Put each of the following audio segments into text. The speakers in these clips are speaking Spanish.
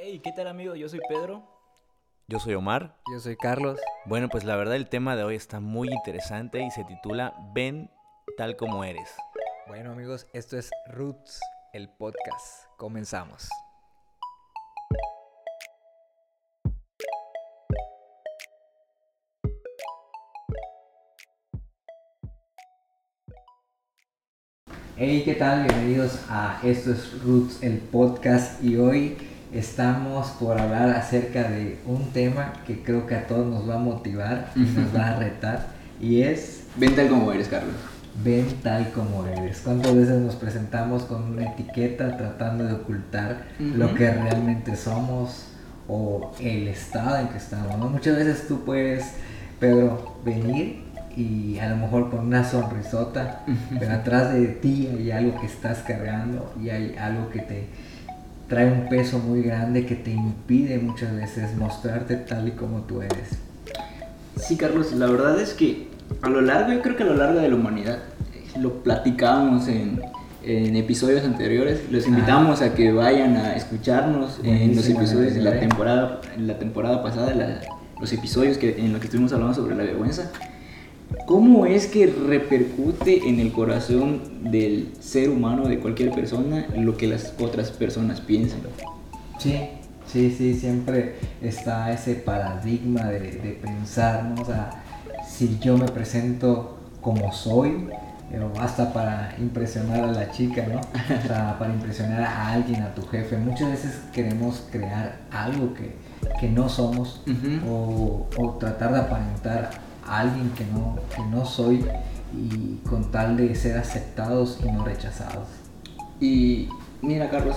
Hey, ¿qué tal amigo? Yo soy Pedro. Yo soy Omar. Yo soy Carlos. Bueno, pues la verdad el tema de hoy está muy interesante y se titula Ven tal como eres. Bueno amigos, esto es Roots, el podcast. Comenzamos. Hey, ¿qué tal? Bienvenidos a Esto es Roots, el podcast. Y hoy estamos por hablar acerca de un tema que creo que a todos nos va a motivar y nos va a retar. Y es... Ven tal como eres, Carlos. Ven tal como eres. ¿Cuántas veces nos presentamos con una etiqueta tratando de ocultar lo que realmente somos o el estado en que estamos, ¿no? Muchas veces tú puedes, Pedro, venir y a lo mejor con una sonrisota, pero atrás de ti hay algo que estás cargando y hay algo que te trae un peso muy grande que te impide muchas veces mostrarte tal y como tú eres. Sí, Carlos, la verdad es que yo creo que a lo largo de la humanidad, lo platicábamos en episodios anteriores, los invitamos a que vayan a escucharnos en los episodios de la temporada pasada, los episodios en los que estuvimos hablando sobre la vergüenza. ¿Cómo es que repercute en el corazón del ser humano, de cualquier persona, lo que las otras personas piensan? Sí, siempre está ese paradigma de pensar, ¿no? O sea, si yo me presento como soy, basta para impresionar a la chica, ¿no? O sea, para impresionar a alguien, a tu jefe. Muchas veces queremos crear algo que no somos, o tratar de aparentar a alguien que no soy, y con tal de ser aceptados y no rechazados. Y mira, Carlos,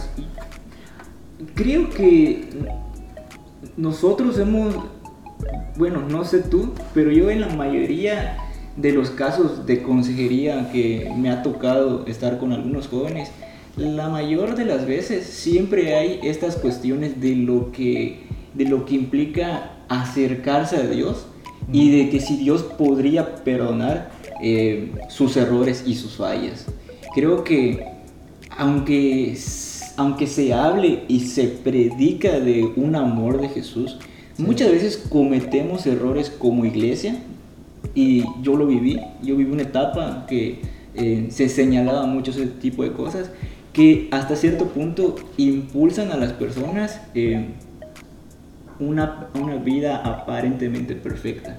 creo que nosotros bueno, no sé tú, pero yo en la mayoría de los casos de consejería que me ha tocado estar con algunos jóvenes, la mayor de las veces siempre hay estas cuestiones de lo que implica acercarse a Dios y de que si Dios podría perdonar sus errores y sus fallas. Creo que aunque se hable y se predica de un amor de Jesús, muchas veces cometemos errores como iglesia, y yo viví una etapa que se señalaba mucho ese tipo de cosas que hasta cierto punto impulsan a las personas una vida aparentemente perfecta.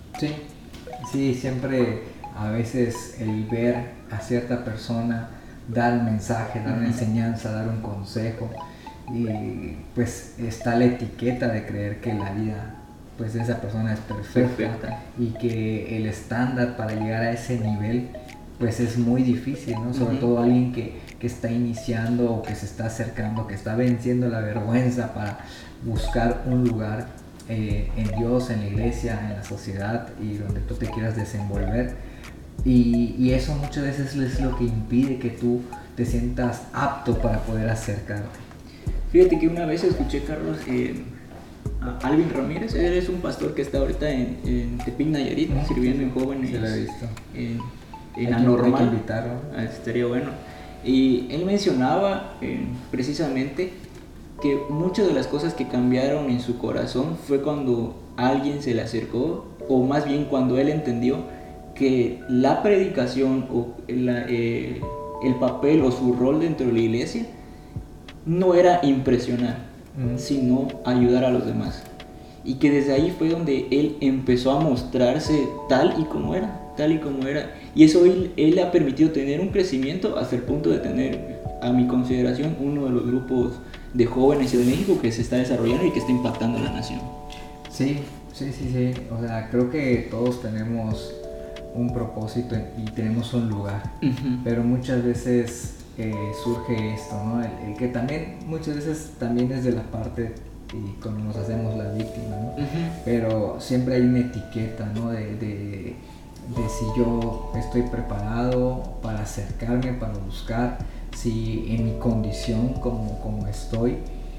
Sí, siempre a veces el ver a cierta persona dar un mensaje, dar una enseñanza, dar un consejo, y pues está la etiqueta de creer que la vida pues de esa persona es perfecta y que el estándar para llegar a ese nivel pues es muy difícil, ¿no? Sobre todo alguien que está iniciando o que se está acercando, que está venciendo la vergüenza para buscar un lugar en Dios, en la iglesia, en la sociedad y donde tú te quieras desenvolver. Y eso muchas veces es lo que impide que tú te sientas apto para poder acercarte. Fíjate que una vez escuché, Carlos, a Alvin Ramírez. Él es un pastor que está ahorita en Tepic, Nayarit, sirviendo en jóvenes. Se lo he visto. En Anormal. Hay que invitarlo. Estaría bueno. Y él mencionaba precisamente que muchas de las cosas que cambiaron en su corazón fue cuando alguien se le acercó, o más bien cuando él entendió que la predicación o el papel o su rol dentro de la iglesia no era impresionar, sino ayudar a los demás. Y que desde ahí fue donde él empezó a mostrarse tal y como era. Y eso él le ha permitido tener un crecimiento hasta el punto de tener, a mi consideración, uno de los grupos de jóvenes de México que se está desarrollando y que está impactando a la nación. Sí. O sea, creo que todos tenemos un propósito y tenemos un lugar, pero muchas veces surge esto, ¿no? El que también muchas veces también es de la parte, y cuando nos hacemos la víctima, ¿no? Pero siempre hay una etiqueta, ¿no? De si yo estoy preparado para acercarme, para buscar, si en mi condición como estoy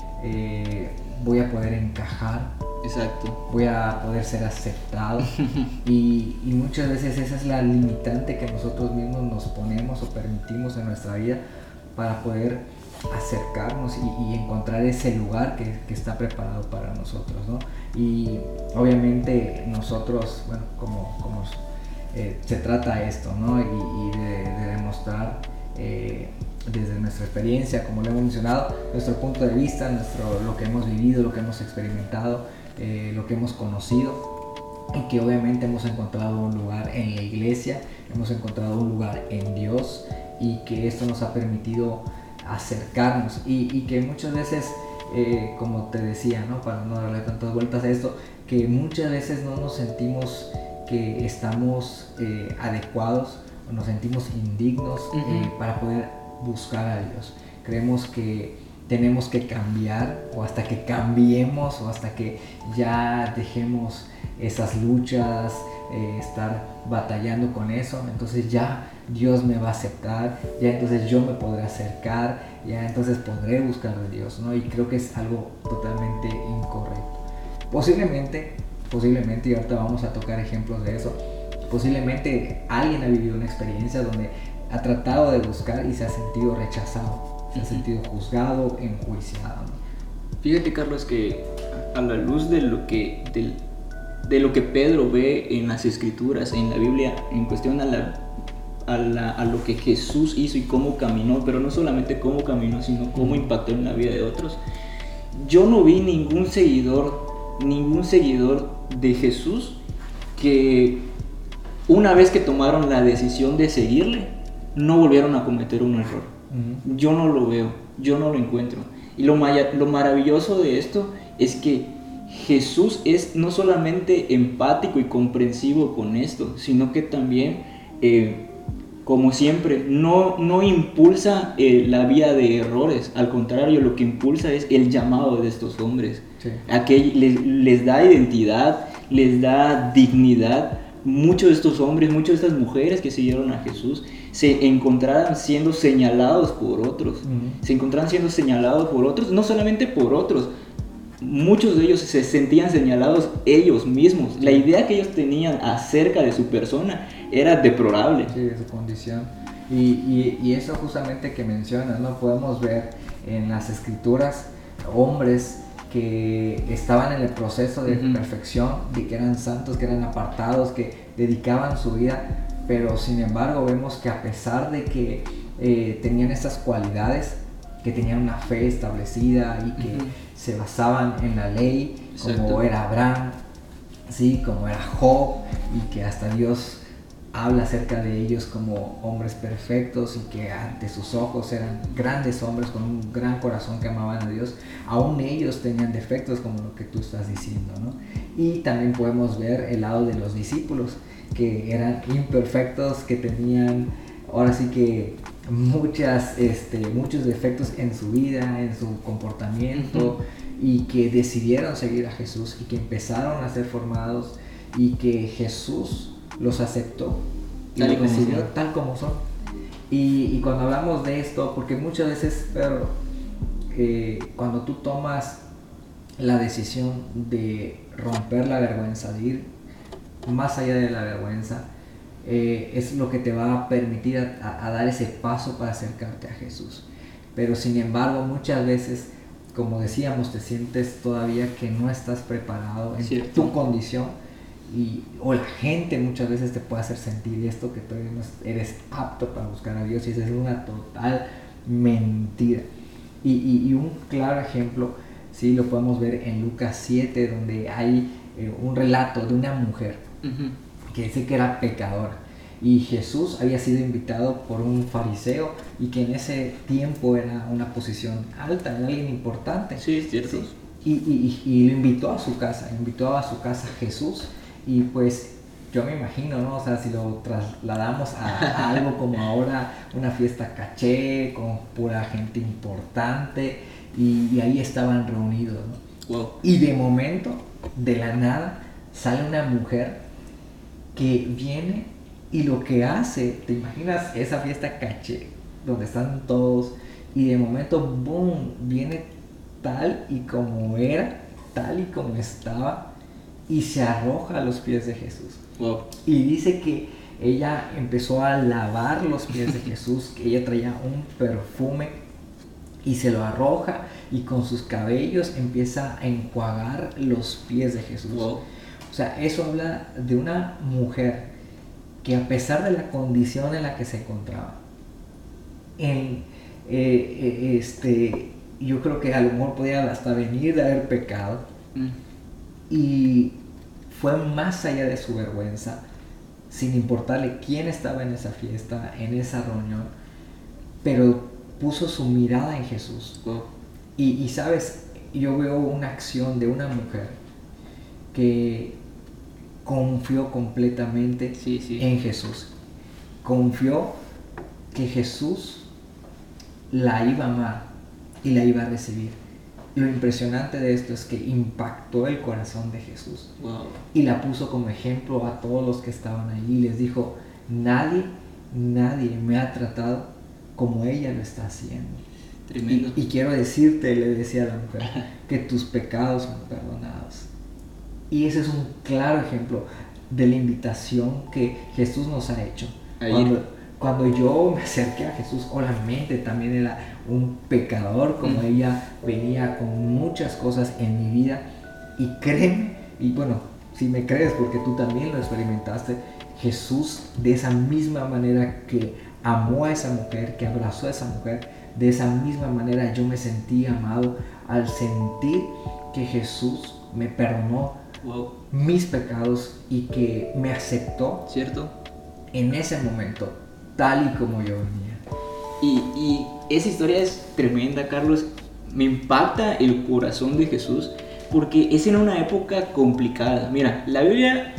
voy a poder encajar. Exacto. Voy a poder ser aceptado. y muchas veces esa es la limitante que nosotros mismos nos ponemos o permitimos en nuestra vida para poder acercarnos y encontrar ese lugar que está preparado para nosotros, ¿no? Y obviamente nosotros, bueno, como se trata esto, ¿no? Y de demostrar desde nuestra experiencia, como lo hemos mencionado, nuestro punto de vista, lo que hemos vivido, lo que hemos experimentado, lo que hemos conocido, y que obviamente hemos encontrado un lugar en la iglesia, hemos encontrado un lugar en Dios, y que esto nos ha permitido acercarnos, y que muchas veces, como te decía, ¿no? Para no darle tantas vueltas a esto, que muchas veces no nos sentimos que estamos adecuados, o nos sentimos indignos para poder buscar a Dios. Creemos que tenemos que cambiar, o hasta que cambiemos, o hasta que ya dejemos esas luchas, estar batallando con eso, entonces ya Dios me va a aceptar, ya entonces yo me podré acercar, ya entonces podré buscar a Dios, ¿no? Y creo que es algo totalmente incorrecto. Posiblemente, y ahorita vamos a tocar ejemplos de eso, posiblemente alguien ha vivido una experiencia donde ha tratado de buscar y se ha sentido rechazado, se ha sentido juzgado, enjuiciado, ¿no? Fíjate, Carlos, que a la luz de lo que Pedro ve en las escrituras, en la Biblia, en cuestión a lo que Jesús hizo y cómo caminó, pero no solamente cómo caminó, sino cómo impactó en la vida de otros. Yo no vi ningún seguidor de Jesús que una vez que tomaron la decisión de seguirle, no volvieron a cometer un error. Yo no lo veo, yo no lo encuentro. Y lo maravilloso de esto es que Jesús es no solamente empático y comprensivo con esto, sino que también, como siempre, no impulsa la vía de errores. Al contrario, lo que impulsa es el llamado de estos hombres. Sí. Les da identidad, les da dignidad. Muchos de estos hombres, muchas de estas mujeres que siguieron a Jesús se encontraban siendo señalados por otros. Se encontraban siendo señalados por otros, no solamente por otros. Muchos de ellos se sentían señalados ellos mismos. La idea que ellos tenían acerca de su persona era deplorable. Sí, de su condición. Y eso justamente que mencionas, ¿no? Podemos ver en las escrituras hombres que estaban en el proceso de perfección, de que eran santos, que eran apartados, que dedicaban su vida, pero sin embargo vemos que a pesar de que tenían estas cualidades, que tenían una fe establecida y que se basaban en la ley, como era Abraham, ¿sí? Como era Job, y que hasta Dios habla acerca de ellos como hombres perfectos y que ante sus ojos eran grandes hombres con un gran corazón que amaban a Dios. Aún ellos tenían defectos como lo que tú estás diciendo, ¿no? Y también podemos ver el lado de los discípulos, que eran imperfectos, que tenían ahora sí que muchos defectos en su vida, en su comportamiento, y que decidieron seguir a Jesús y que empezaron a ser formados y que Jesús los aceptó y los recibió tal como son. Y cuando hablamos de esto, porque muchas veces, Pedro, cuando tú tomas la decisión de romper la vergüenza, de ir más allá de la vergüenza, es lo que te va a permitir a dar ese paso para acercarte a Jesús. Pero sin embargo, muchas veces, como decíamos, te sientes todavía que no estás preparado en tu condición, o la gente muchas veces te puede hacer sentir esto, que todavía no eres apto para buscar a Dios, y esa es una total mentira. Y un claro ejemplo, sí, lo podemos ver en Lucas 7, donde hay un relato de una mujer que dice que era pecadora, y Jesús había sido invitado por un fariseo, y que en ese tiempo era una posición alta, era alguien importante. Sí, es cierto. ¿Sí? Y lo invitó a su casa Jesús. Y pues yo me imagino, ¿no? O sea, si lo trasladamos a algo como ahora, una fiesta caché, con pura gente importante, y ahí estaban reunidos, ¿no? Wow. Y de momento, de la nada, sale una mujer que viene y lo que hace, ¿te imaginas esa fiesta caché, donde están todos, y de momento, boom, viene tal y como era, tal y como estaba, y se arroja a los pies de Jesús. Wow. Y dice que ella empezó a lavar los pies de Jesús, que ella traía un perfume y se lo arroja y con sus cabellos empieza a enjuagar los pies de Jesús. Wow. O sea, eso habla de una mujer que a pesar de la condición en la que se encontraba, yo creo que a lo mejor podía hasta venir de haber pecado, y fue más allá de su vergüenza, sin importarle quién estaba en esa fiesta, en esa reunión, pero puso su mirada en Jesús. Wow. Y sabes, yo veo una acción de una mujer que confió completamente en Jesús. Confió que Jesús la iba a amar y la iba a recibir. Lo impresionante de esto es que impactó el corazón de Jesús. Wow. Y la puso como ejemplo a todos los que estaban allí. Les dijo, nadie me ha tratado como ella lo está haciendo. Tremendo. Y quiero decirte, le decía a la mujer, que tus pecados son perdonados. Y ese es un claro ejemplo de la invitación que Jesús nos ha hecho. Cuando yo me acerqué a Jesús, obviamente también era un pecador, como ella venía con muchas cosas en mi vida. Y créeme, y bueno, si me crees porque tú también lo experimentaste, Jesús de esa misma manera que amó a esa mujer, que abrazó a esa mujer, de esa misma manera yo me sentí amado al sentir que Jesús me perdonó mis pecados y que me aceptó, ¿cierto? En ese momento, tal y como yo venía. Y esa historia es tremenda, Carlos. Me impacta el corazón de Jesús porque es en una época complicada. Mira, la Biblia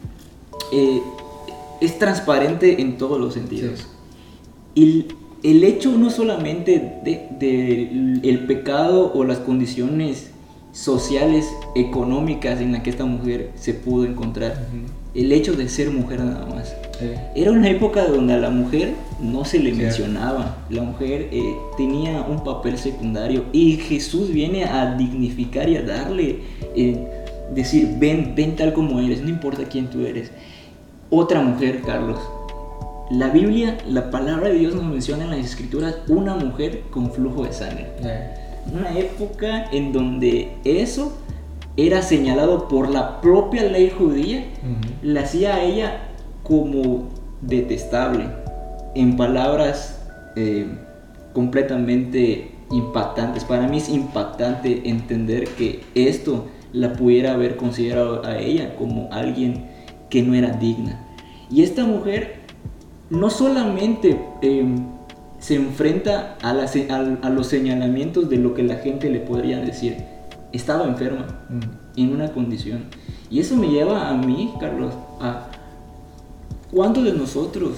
es transparente en todos los sentidos. Sí. Y el hecho no solamente de el pecado o las condiciones sociales, económicas en las que esta mujer se pudo encontrar, el hecho de ser mujer nada más. Era una época donde a la mujer no se le mencionaba, la mujer tenía un papel secundario, y Jesús viene a dignificar y a darle, decir, ven tal como eres, no importa quién tú eres. Otra mujer, Carlos. La Biblia, la palabra de Dios nos menciona en las Escrituras una mujer con flujo de sangre. Una época en donde eso era señalado por la propia ley judía, la hacía a ella como detestable, en palabras completamente impactantes. Para mí es impactante entender que esto la pudiera haber considerado a ella como alguien que no era digna. Y esta mujer no solamente se enfrenta a los señalamientos de lo que la gente le podría decir, estaba enferma, en una condición. Y eso me lleva a mí, Carlos, a ¿cuántos de nosotros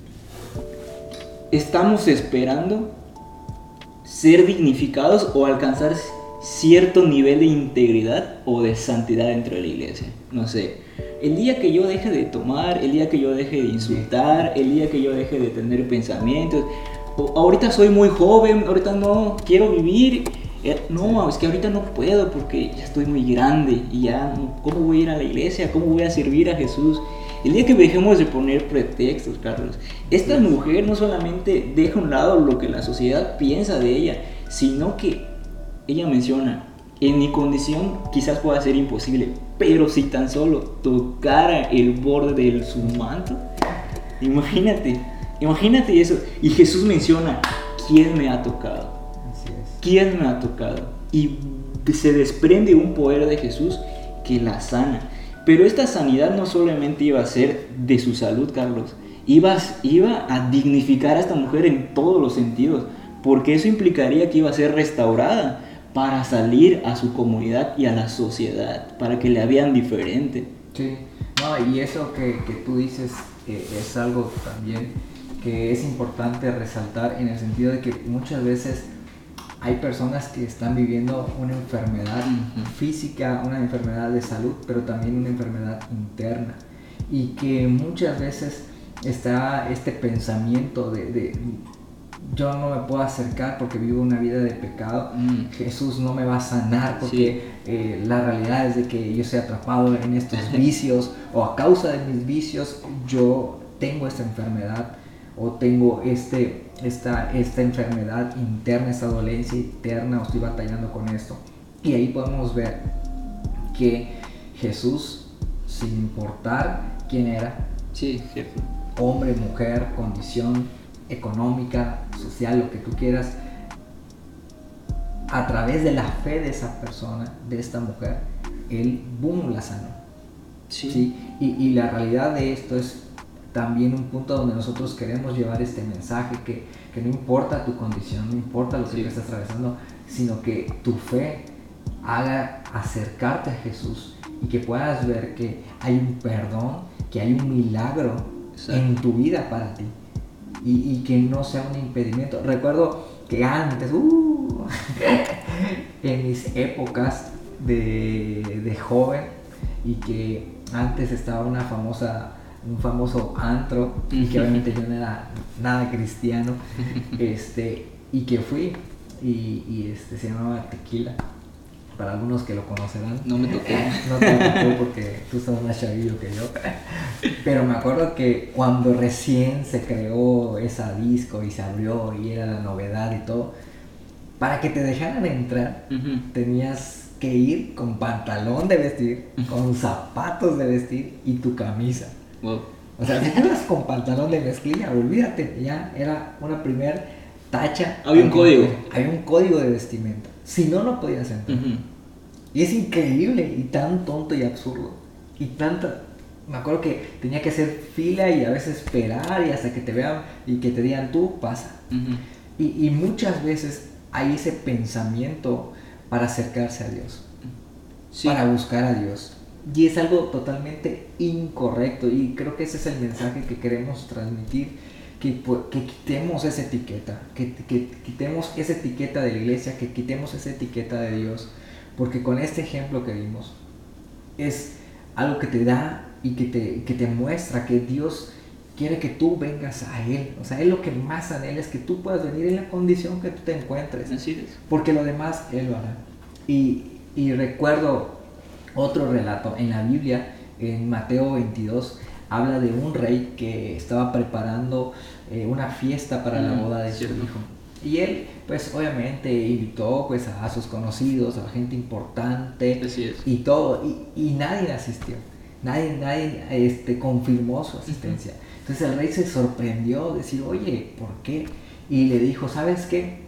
estamos esperando ser dignificados o alcanzar cierto nivel de integridad o de santidad dentro de la iglesia? No sé, el día que yo deje de tomar, el día que yo deje de insultar, el día que yo deje de tener pensamientos, ahorita soy muy joven, ahorita no quiero vivir, no, es que ahorita no puedo porque ya estoy muy grande y ya, ¿cómo voy a ir a la iglesia? ¿Cómo voy a servir a Jesús? El día que dejemos de poner pretextos, Carlos, esta mujer no solamente deja a un lado lo que la sociedad piensa de ella, sino que ella menciona, en mi condición quizás pueda ser imposible, pero si tan solo tocara el borde de su manto, imagínate eso. Y Jesús menciona, ¿quién me ha tocado? Así es. ¿Quién me ha tocado? Y se desprende un poder de Jesús que la sana. Pero esta sanidad no solamente iba a ser de su salud, Carlos, iba a dignificar a esta mujer en todos los sentidos, porque eso implicaría que iba a ser restaurada para salir a su comunidad y a la sociedad, para que le vean diferente. Sí, no, y eso que tú dices es algo también que es importante resaltar, en el sentido de que muchas veces hay personas que están viviendo una enfermedad física, una enfermedad de salud, pero también una enfermedad interna, y que muchas veces está este pensamiento de yo no me puedo acercar porque vivo una vida de pecado, Jesús no me va a sanar porque la realidad es de que yo estoy atrapado en estos vicios, o a causa de mis vicios yo tengo esta enfermedad. o tengo esta enfermedad interna, esta dolencia interna, o estoy batallando con esto. Y ahí podemos ver que Jesús, sin importar quién era, Sí, cierto. hombre, mujer, condición económica, social, lo que tú quieras, a través de la fe de esa persona, de esta mujer, él, boom, la sanó. Sí. ¿Sí? Y la realidad de esto es también un punto donde nosotros queremos llevar este mensaje, que no importa tu condición, no importa lo que Sí. tú estás atravesando, sino que tu fe haga acercarte a Jesús y que puedas ver que hay un perdón, que hay un milagro Exacto. en tu vida para ti, y que no sea un impedimento. Recuerdo que antes, en mis épocas de joven, y que antes estaba un famoso antro, y que obviamente yo no era nada cristiano, y que fui, y se llamaba Tequila, para algunos que lo conocerán. No me tocó. No te tocó porque tú estás más chavillo que yo. Pero me acuerdo que cuando recién se creó esa disco y se abrió y era la novedad y todo, para que te dejaran entrar, tenías que ir con pantalón de vestir, con zapatos de vestir y tu camisa. Wow. O sea, si tú ibas con pantalón de mezclilla, olvídate, ya era una primer tacha. Había un código. Había un código de vestimenta. Si no, no podías entrar. Y es increíble y tan tonto y absurdo. Y tanta... Me acuerdo que tenía que hacer fila y a veces esperar y hasta que te vean y que te digan tú, pasa. Y muchas veces hay ese pensamiento para acercarse a Dios. Sí. Para buscar a Dios. Y es algo totalmente incorrecto. Y creo que ese es el mensaje que queremos transmitir. Que quitemos esa etiqueta, que quitemos esa etiqueta de la iglesia, que quitemos esa etiqueta de Dios, porque con este ejemplo que vimos es algo que te da y que te muestra que Dios quiere que tú vengas a Él. O sea, Él lo que más anhela es que tú puedas venir en la condición que tú te encuentres. Así es. Porque lo demás Él lo hará. Y recuerdo otro relato en la Biblia, en Mateo 22, habla de un rey que estaba preparando una fiesta para la boda de su hijo. Y él, pues obviamente invitó pues a sus conocidos, a la gente importante. Así es. Y todo, y nadie asistió. Nadie confirmó su asistencia. Entonces el rey se sorprendió, decir, oye, ¿por qué? Y le dijo, ¿sabes qué?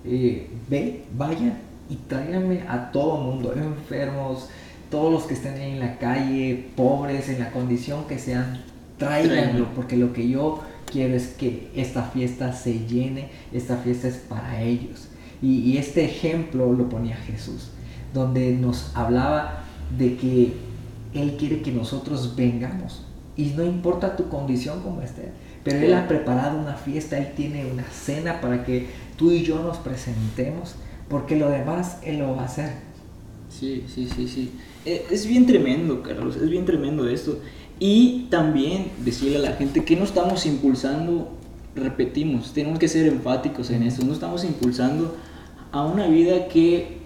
Vayan y tráiganme a todo mundo, enfermos, todos los que estén ahí en la calle, pobres, en la condición que sean, tráiganlo, porque lo que yo quiero es que esta fiesta se llene, esta fiesta es para ellos. Y este ejemplo lo ponía Jesús, donde nos hablaba de que Él quiere que nosotros vengamos, y no importa tu condición como esté, pero Él ha preparado una fiesta, Él tiene una cena para que tú y yo nos presentemos, porque lo demás Él lo va a hacer. Sí. Es bien tremendo, Carlos, es bien tremendo esto. Y también decirle a la gente que no estamos impulsando, repetimos, tenemos que ser enfáticos en esto, no estamos impulsando a una vida que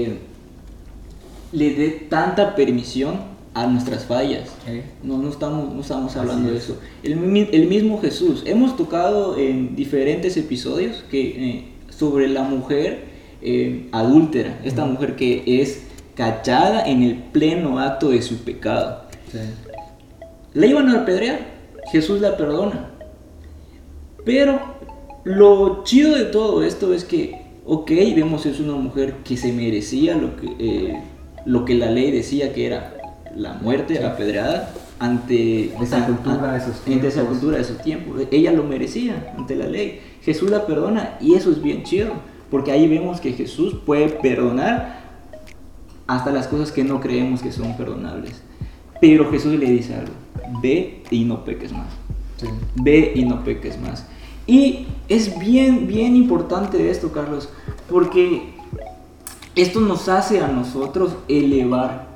le dé tanta permisión a nuestras fallas. No estamos hablando de eso. El mismo Jesús, hemos tocado en diferentes episodios sobre la mujer adúltera, esta mujer que es cachada en el pleno acto de su pecado. Sí. La iban a apedrear, Jesús la perdona. Pero lo chido de todo esto es que, ok, vemos es una mujer que se merecía lo que la ley decía que era la muerte, apedreada, ante esa cultura de esos tiempos. Ella lo merecía ante la ley. Jesús la perdona y eso es bien chido, porque ahí vemos que Jesús puede perdonar hasta las cosas que no creemos que son perdonables. Pero Jesús le dice algo: ve y no peques más. Sí. Ve y no peques más. Y es bien importante esto, Carlos, porque esto nos hace a nosotros elevar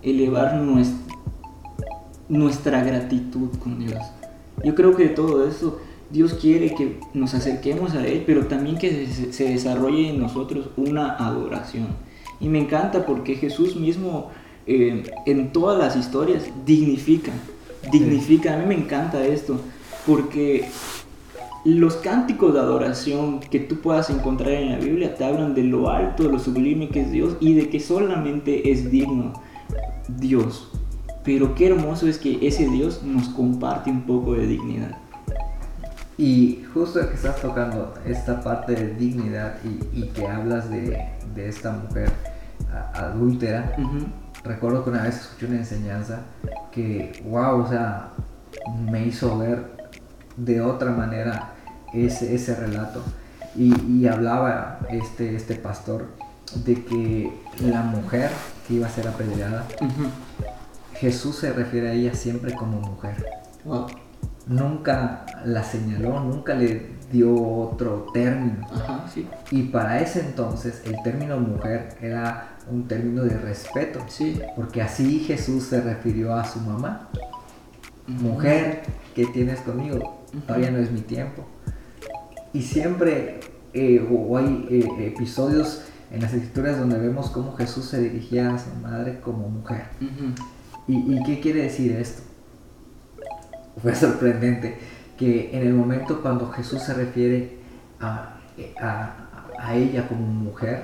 nuestra gratitud con Dios. Yo creo que de todo esto Dios quiere que nos acerquemos a Él, pero también que se desarrolle en nosotros una adoración. Y me encanta porque Jesús mismo en todas las historias dignifica. A mí me encanta esto, porque los cánticos de adoración que tú puedas encontrar en la Biblia te hablan de lo alto, de lo sublime que es Dios y de que solamente es digno Dios. Pero qué hermoso es que ese Dios nos comparte un poco de dignidad. Y justo que estás tocando esta parte de dignidad y que hablas de esta mujer adúltera, recuerdo que una vez escuché una enseñanza que, wow, o sea, me hizo ver de otra manera ese relato. Y hablaba este pastor de que la mujer que iba a ser apedreada, Jesús se refiere a ella siempre como mujer. Wow. Nunca la señaló, nunca le dio otro término. Sí. Y para ese entonces el término mujer era un término de respeto, Sí. porque así Jesús se refirió a su mamá. Mujer, ¿qué tienes conmigo? Todavía no es mi tiempo. Y siempre hay episodios en las escrituras donde vemos cómo Jesús se dirigía a su madre como mujer. ¿Y qué quiere decir esto? Fue sorprendente que en el momento cuando Jesús se refiere a ella como mujer,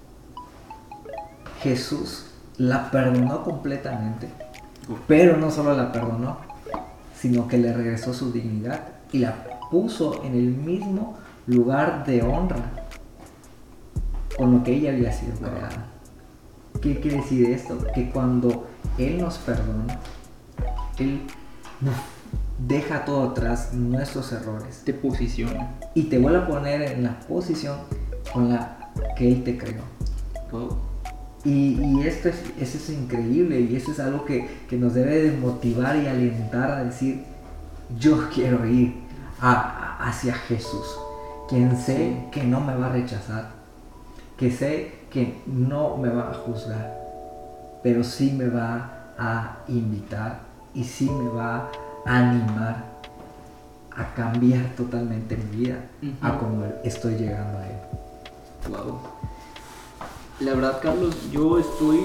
Jesús la perdonó completamente, pero no solo la perdonó, sino que le regresó su dignidad y la puso en el mismo lugar de honra con lo que ella había sido creada. ¿Qué quiere decir esto? Que cuando Él nos perdona, Él deja todo atrás, nuestros errores, Te posiciona. y te vuelve a poner en la posición con la que Él te creó. Wow. Y esto es increíble, y eso es algo que nos debe de motivar y alentar a decir: yo quiero ir hacia Jesús, quien sé que no me va a rechazar, que sé que no me va a juzgar, pero sí me va a invitar y sí me va a animar a cambiar totalmente mi vida, a como estoy llegando a Él. Wow. La verdad, Carlos, yo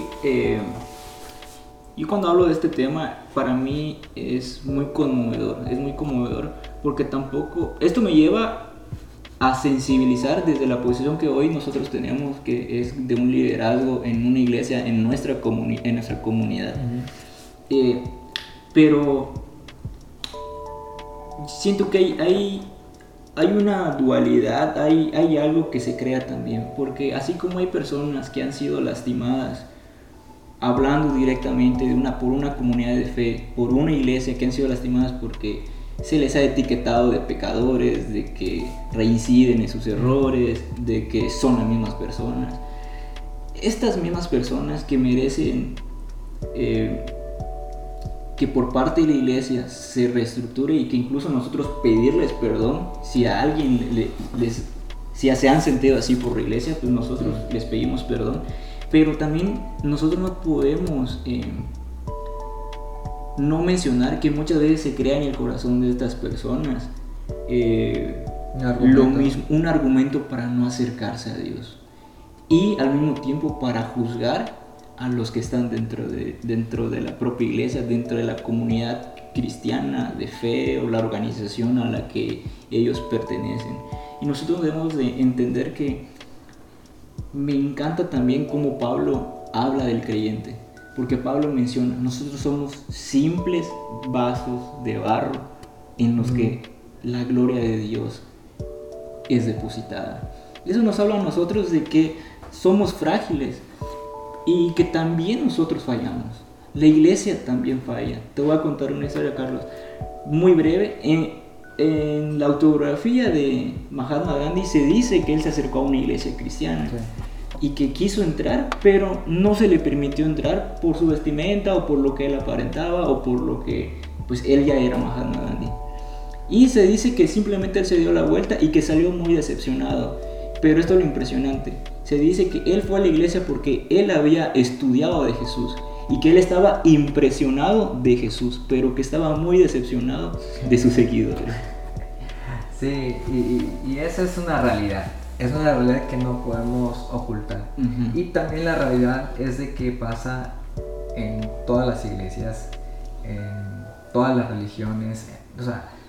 cuando hablo de este tema, para mí es muy conmovedor, porque tampoco, esto me lleva a sensibilizar desde la posición que hoy nosotros tenemos, que es de un liderazgo en una iglesia, en nuestra comunidad. Pero siento que hay una dualidad, hay algo que se crea también, porque así como hay personas que han sido lastimadas, hablando directamente por una comunidad de fe, por una iglesia, que han sido lastimadas porque se les ha etiquetado de pecadores, de que reinciden en sus errores, de que son las mismas personas. Estas mismas personas que merecen que por parte de la iglesia se reestructure y que incluso nosotros pedirles perdón, si a alguien si se han sentido así por la iglesia, pues nosotros les pedimos perdón. Pero también nosotros no podemos no mencionar que muchas veces se crea en el corazón de estas personas un argumento para no acercarse a Dios, y al mismo tiempo para juzgar a los que están dentro de la propia iglesia, dentro de la comunidad cristiana de fe o la organización a la que ellos pertenecen. Y nosotros debemos de entender que me encanta también cómo Pablo habla del creyente, porque Pablo menciona: nosotros somos simples vasos de barro en los que la gloria de Dios es depositada. Eso nos habla a nosotros de que somos frágiles y que también nosotros fallamos. La iglesia también falla. Te voy a contar una historia, Carlos, muy breve. En la autobiografía de Mahatma Gandhi se dice que él se acercó a una iglesia cristiana, y que quiso entrar, pero no se le permitió entrar por su vestimenta o por lo que él aparentaba o por lo que pues él ya era Mahatma Gandhi. Y se dice que simplemente él se dio la vuelta y que salió muy decepcionado. Pero esto es lo impresionante: se dice que él fue a la iglesia porque él había estudiado de Jesús y que él estaba impresionado de Jesús, pero que estaba muy decepcionado de sus seguidores. Sí, y esa es una realidad. Es una realidad que no podemos ocultar. Y también la realidad es de que pasa en todas las iglesias, en todas las religiones. O sea,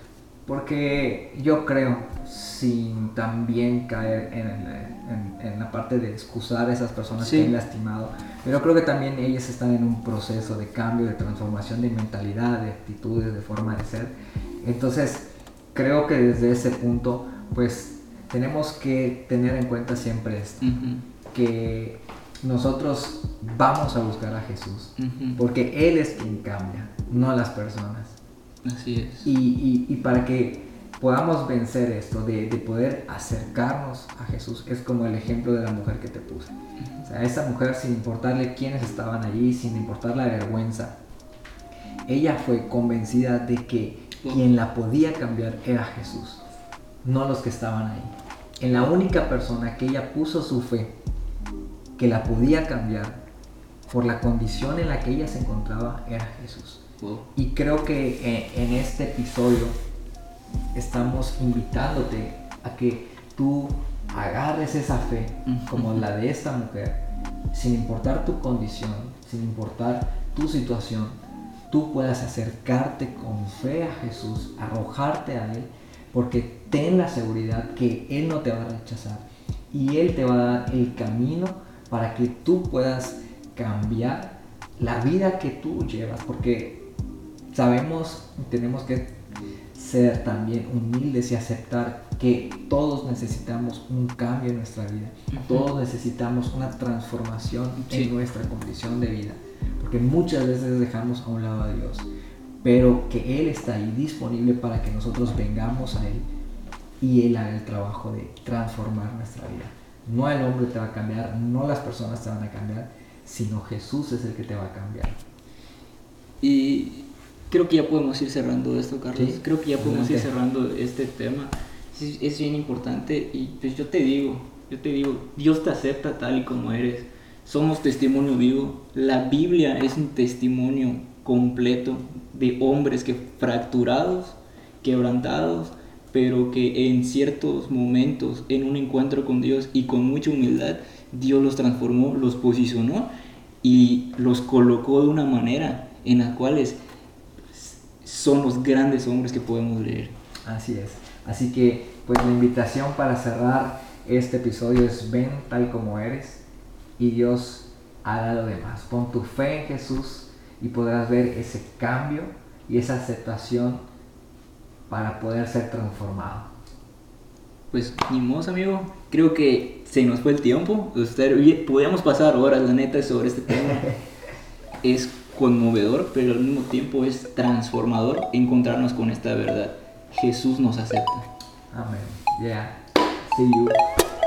Porque yo creo, sin también caer en la parte de excusar a esas personas Sí. que han lastimado, pero creo que también ellas están en un proceso de cambio, de transformación de mentalidad, de actitudes, de forma de ser. Entonces, creo que desde ese punto, pues tenemos que tener en cuenta siempre esto, que nosotros vamos a buscar a Jesús, porque Él es quien cambia, no las personas. Así es. Y para que podamos vencer esto, de poder acercarnos a Jesús, es como el ejemplo de la mujer que te puse. O sea, esa mujer, sin importarle quiénes estaban allí, sin importar la vergüenza, ella fue convencida de que quien la podía cambiar era Jesús, no los que estaban ahí. En la única persona que ella puso su fe, que la podía cambiar por la condición en la que ella se encontraba, era Jesús. Y creo que en este episodio estamos invitándote a que tú agarres esa fe como la de esta mujer, sin importar tu condición, sin importar tu situación, tú puedas acercarte con fe a Jesús, arrojarte a Él, porque ten la seguridad que Él no te va a rechazar y Él te va a dar el camino para que tú puedas cambiar la vida que tú llevas, porque sabemos, tenemos que ser también humildes y aceptar que todos necesitamos un cambio en nuestra vida, todos necesitamos una transformación en nuestra condición de vida, porque muchas veces dejamos a un lado a Dios, pero que Él está ahí disponible para que nosotros vengamos a Él y Él haga el trabajo de transformar nuestra vida. No el hombre te va a cambiar, no las personas te van a cambiar, sino Jesús es el que te va a cambiar. Y creo que ya podemos ir cerrando esto, Carlos. Sí, creo que ya podemos ir adelante. cerrando este tema. Es bien importante y pues yo te digo, Dios te acepta tal y como eres. Somos testimonio vivo. La Biblia es un testimonio completo de hombres que fracturados, quebrantados, pero que en ciertos momentos, en un encuentro con Dios y con mucha humildad, Dios los transformó, los posicionó y los colocó de una manera en la cual son los grandes hombres que podemos leer. Así es. Así que, pues la invitación para cerrar este episodio es: ven tal como eres y Dios hará lo demás. Pon tu fe en Jesús y podrás ver ese cambio y esa aceptación para poder ser transformado. Pues ni modo, amigo. Creo que se nos fue el tiempo. Podríamos pasar horas, la neta, sobre este tema. Es conmovedor, pero al mismo tiempo es transformador encontrarnos con esta verdad. Jesús nos acepta. Amén. Yeah. See you.